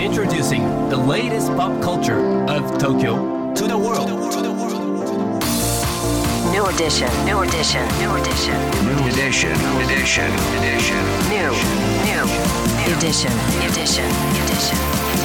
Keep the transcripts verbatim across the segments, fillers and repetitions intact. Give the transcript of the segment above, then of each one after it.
Introducing the latest pop culture of Tokyo to the world. New edition, new edition, new edition, New edition, edition, edition. new, new, new edition, edition, edition.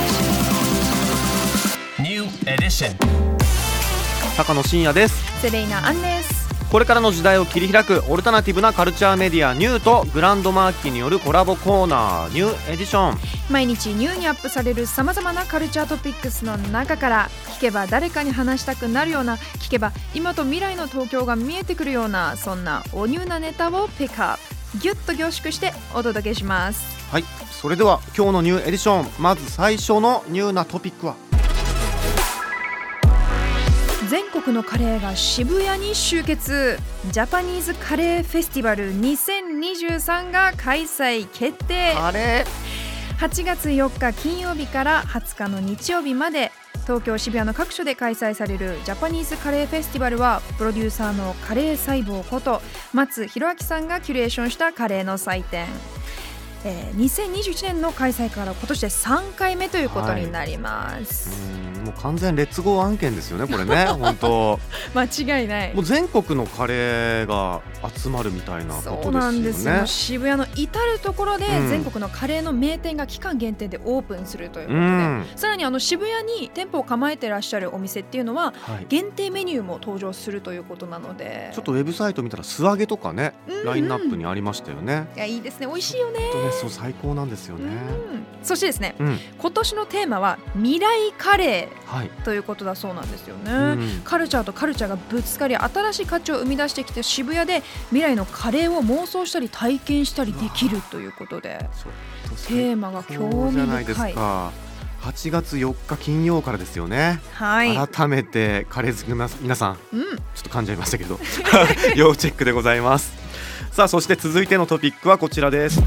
New edition. 高野真也です。 セレイナアンです。 これからの時代を切り開くオルタナティブなカルチャーメディアニューとグランドマーキーによるコラボコーナーニューエディション。 毎日ニューにアップされるさまざまなカルチャートピックスの中から聞けば誰かに話したくなるような、聞けば今と未来の東京が見えてくるような、そんなおニューなネタをピックアップギュッと凝縮してお届けします。 はい、それでは今日のニューエディション、まず最初のニューなトピックは、 全国のカレーが渋谷に集結。ジャパニーズカレーフェスティバルにせんにじゅうさんが開催決定。 カレーはちがつよっか金曜日からはつかの日曜日まで東京渋谷の各所で開催されるジャパニーズカレーフェスティバルは、プロデューサーのカレー細胞こと松弘明さんがキュレーションしたカレーの祭典、えー、にせんにじゅういちねんの開催から今年でさんかいめということになります、 はい、うーんもう完全レッツゴー案件ですよねこれね本当間違いない。 もう全国のカレーが集まるみたいなことですよね。 そうなんですよ。渋谷の至るところで全国のカレーの名店が期間限定でオープンするということで、うん、さらにあの渋谷に店舗を構えてらっしゃるお店っていうのは限定メニューも登場するということなので、 ちょっとウェブサイト見たら素揚げとかね、うんうん、ラインナップにありましたよね。 いや、いいですね、美味しいよね。 本当ね、そう最高なんですよね、うん、 そしてですね、 うん、 今年のテーマは未来カレー、 はい、 ということだそうなんですよね、うん、カルチャーとカルチャーがぶつかり新しい価値を生み出してきて、渋谷で未来のカレーを妄想したり体験したりできるということで、テーマが興味じゃないですか。はちがつよっか金曜からですよね、 はい、 改めてカレー好きの皆さん、 うん、 ちょっと噛んじゃいましたけど要チェックでございます。さあ、そして続いてのトピックはこちらです。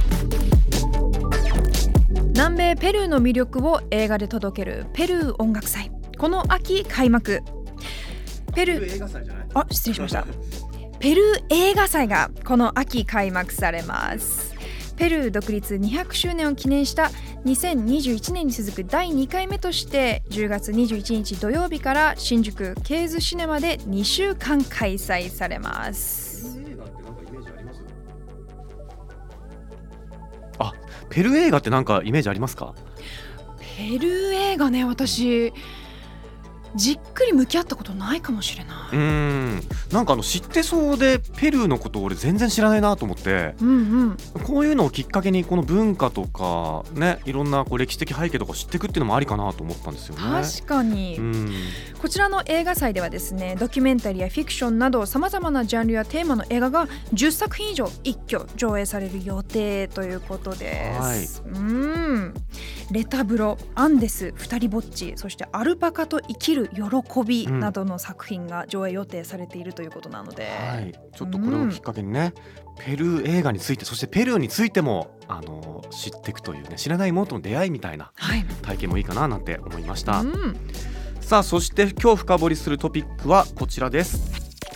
南米ペルーの魅力を映画で届けるペルー音楽祭、この秋開幕。ペルー映画祭じゃない？あ、失礼しましたペルー映画祭がこの秋開幕されます。ペルー独立にひゃくしゅうねんを記念したにせんにじゅういちねんに続くだいにかいめとして、じゅうがつにじゅういちにち土曜日から新宿ケーズシネマでにしゅうかん開催されます。 あ、ペルー映画ってなんかイメージありますか？ ペルー映画ね、私じっくり向き合ったことないかもしれない。 うーん、なんかあの知ってそうでペルーのことを俺全然知らないなと思って、 うんうん、 こういうのをきっかけにこの文化とかね、いろんなこう歴史的背景とか知っていくっていうのもありかなと思ったんですよね。 確かに、うん、こちらの映画祭ではですね、ドキュメンタリーやフィクションなどさまざまなジャンルやテーマの映画がじゅっさくひん以上一挙上映される予定ということです、はい、うん、レタブロ、アンデス、ふたりぼっち、そしてアルパカと生きる喜びなどの作品が上映予定されているということなので、 はい、ちょっとこれをきっかけにね、うん、ペルー映画について、そしてペルーについてもあの知っていくというね、知らないものとの出会いみたいな体験もいいかななんて思いました、はい、うん、さあ、そして今日深掘りするトピックはこちらです。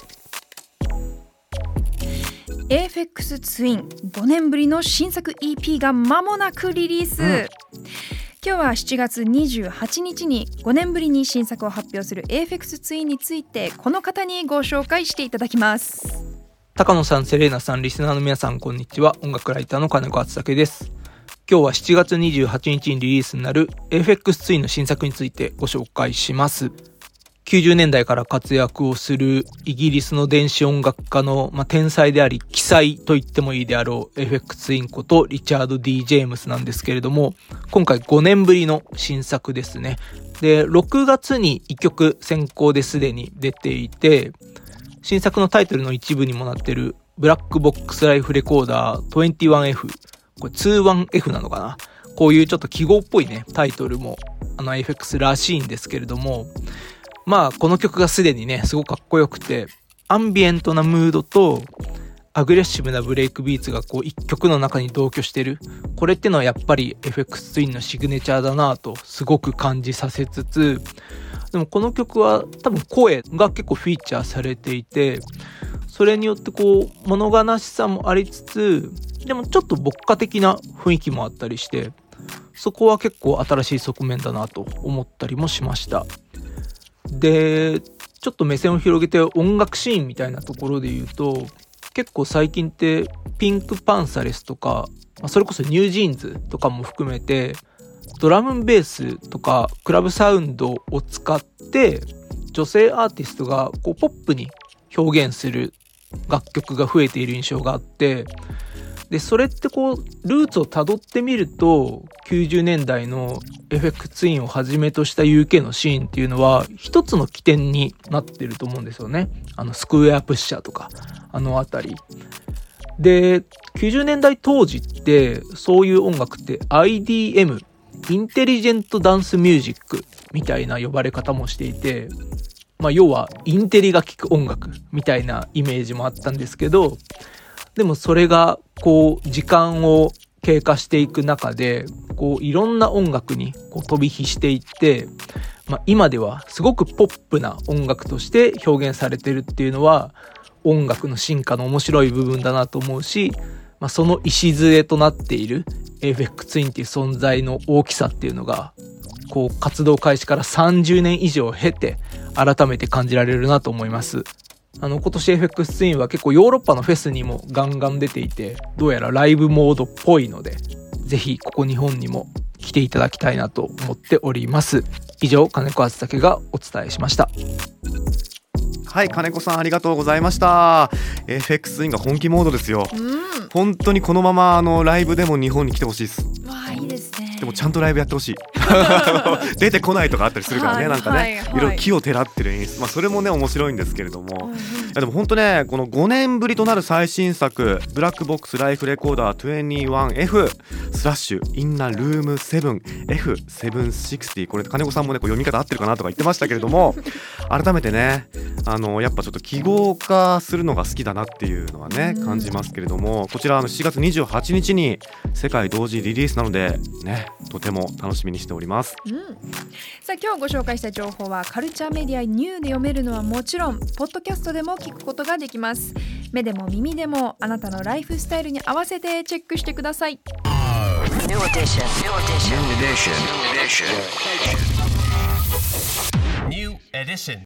エーエフエックス ツインごねんぶりの新作 イーピー が間もなくリリース、うん、今日はしちがつにじゅうはちにちにごねんぶりに新作を発表する エーエフエックス ツインについて、この方にご紹介していただきます。 高野さん、セレーナさん、リスナーの皆さん、こんにちは。音楽ライターの金子敦武です。今日はしちがつにじゅうはちにちにリリースになる エーエフエックス ツインの新作についてご紹介します。きゅうじゅうねんだいから活躍をするイギリスの電子音楽家の、まあ、天才であり奇才と言ってもいいであろう エーエフエックス ツインことリチャード D ジェームスなんですけれども、今回ごねんぶりの新作ですね。で、ろくがつにいっきょく先行ですでに出ていて、新作のタイトルの一部にもなっているブラックボックスライフレコーダー にじゅういちエフ、これ にじゅういちエフ なのかな、こういうちょっと記号っぽいねタイトルもあの エーエフエックス らしいんですけれども、まあこの曲がすでにねすごくかっこよくて、アンビエントなムードとアグレッシブなブレイクビーツがこう一曲の中に同居してる、これってのはやっぱり エーエフエックス ツインのシグネチャーだなとすごく感じさせつつ、でもこの曲は多分声が結構フィーチャーされていて、それによってこう物悲しさもありつつ、でもちょっと牧歌的な雰囲気もあったりして、 そこは結構新しい側面だなと思ったりもしました。でちょっと目線を広げて音楽シーンみたいなところで言うと、結構最近ってピンクパンサレスとか、それこそニュージーンズとかも含めてドラムンベースとかクラブサウンドを使って女性アーティストがこうポップに表現する楽曲が増えている印象があって、でそれってこうルーツをたどってみるときゅうじゅうねんだいのエフェクツインをはじめとした ユーケー のシーンっていうのは一つの起点になってると思うんですよね。あのスクエアプッシャーとかあのあたりで、きゅうじゅうねんだい当時ってそういう音楽って アイディーエム インテリジェントダンスミュージックみたいな呼ばれ方もしていて、まあ要はインテリが聴く音楽みたいなイメージもあったんですけど、でもそれがこう時間を経過していく中でこういろんな音楽にこう飛び火していって、まあ、今ではすごくポップな音楽として表現されてるっていうのは音楽の進化の面白い部分だなと思うし、まあ、その礎となっているエーフェックツインっていう存在の大きさっていうのがこう活動開始からさんじゅうねん以上経て改めて感じられるなと思います。あの今年 エーフェックス ツインは結構ヨーロッパのフェスにもガンガン出ていて、どうやらライブモードっぽいので、ぜひここ日本にも来ていただきたいなと思っております。以上、金子敦武がお伝えしました。 はい、金子さんありがとうございました。 エーフェックス ツインが本気モードですよ、うん、本当にこのままあのライブでも日本に来てほしいです。 わあ、いいですね。 でもちゃんとライブやってほしい出てこないとかあったりするからね、はい、なんかね、はいはい、いろいろ木をてらってる演出、まあ、それもね面白いんですけれども、うんうん、いやでも本当ね、このごねんぶりとなる最新作ブラックボックスライフレコーダー にじゅういちエフ スラッシュインナルームセブン エフセブンシックスゼロ、これ金子さんもねこう読み方合ってるかなとか言ってましたけれども改めてね、あのやっぱちょっと記号化するのが好きだなっていうのはね感じますけれども、こちらのしちがつにじゅうはちにちに世界同時リリースなのでね、とても楽しみにしております、うん、 さあ今日ご紹介した情報はカルチャーメディアニューで読めるのはもちろん、ポッドキャストでも聞くことができます。目でも耳でもあなたのライフスタイルに合わせてチェックしてください。 New edition. New edition. New edition. New edition.